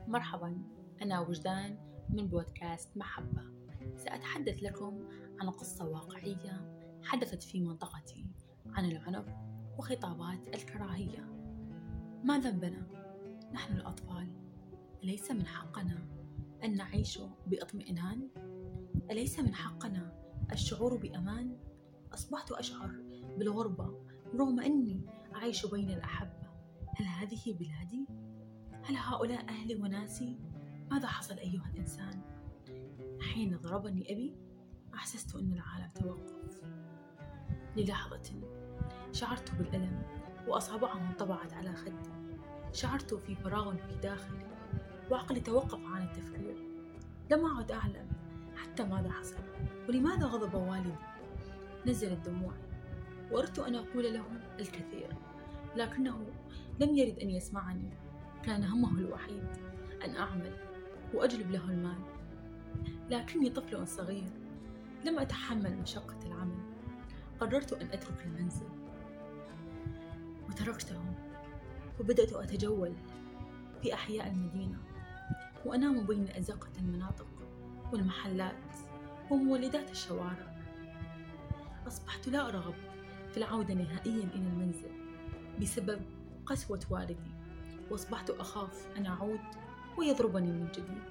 مرحبا، أنا وجدان من بودكاست محبة. سأتحدث لكم عن قصة واقعية حدثت في منطقتي عن العنف وخطابات الكراهية. ما ذنبنا؟ نحن الأطفال، أليس من حقنا أن نعيش باطمئنان؟ أليس من حقنا الشعور بأمان؟ أصبحت أشعر بالغربة رغم أني أعيش بين الأحبة. هل هذه بلادي؟ هل هؤلاء أهلي وناسي؟ ماذا حصل أيها الإنسان؟ حين ضربني أبي أحسست أن العالم توقف. للحظة شعرت بالألم وأصابعه انطبعت على خدي. شعرت في فراغ في داخلي وعقلي توقف عن التفكير. لم أعد أعلم حتى ماذا حصل ولماذا غضب والدي. نزلت دموعي وأردت أن أقول له الكثير، لكنه لم يرد أن يسمعني. كان همه الوحيد أن أعمل وأجلب له المال، لكني طفل صغير لم أتحمل مشقة العمل. قررت أن أترك المنزل وتركته، وبدأت أتجول في أحياء المدينة وأنام بين أزقة المناطق والمحلات ومولدات الشوارع. أصبحت لا أرغب في العودة نهائيا إلى المنزل بسبب قسوة والدي، وأصبحت أخاف أن أعود ويضربني من جديد.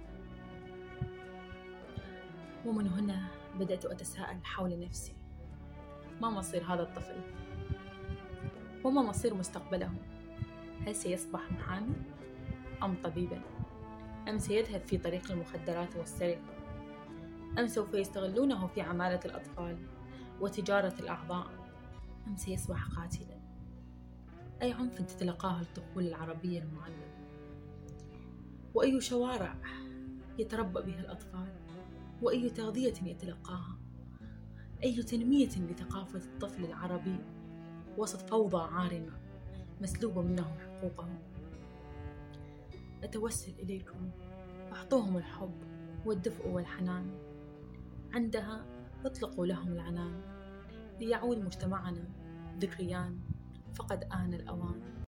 ومن هنا بدأت أتساءل حول نفسي، ما مصير هذا الطفل؟ وما مصير مستقبله؟ هل سيصبح محامي أم طبيبا؟ أم سيذهب في طريق المخدرات والسرقة؟ أم سوف يستغلونه في عمالة الأطفال وتجارة الأعضاء؟ أم سيصبح قاتلا؟ أي عنف تتلقاه الطفولة العربية المعلمة؟ وأي شوارع يتربى بها الأطفال؟ وأي تغذية يتلقاها؟ أي تنمية لثقافة الطفل العربي وسط فوضى عارمة مسلوبة منه حقوقه؟ أتوسل إليكم، أعطوهم الحب والدفء والحنان، عندها اطلقوا لهم العنان، ليعود مجتمعنا ذكريان، فقد آن الأوان.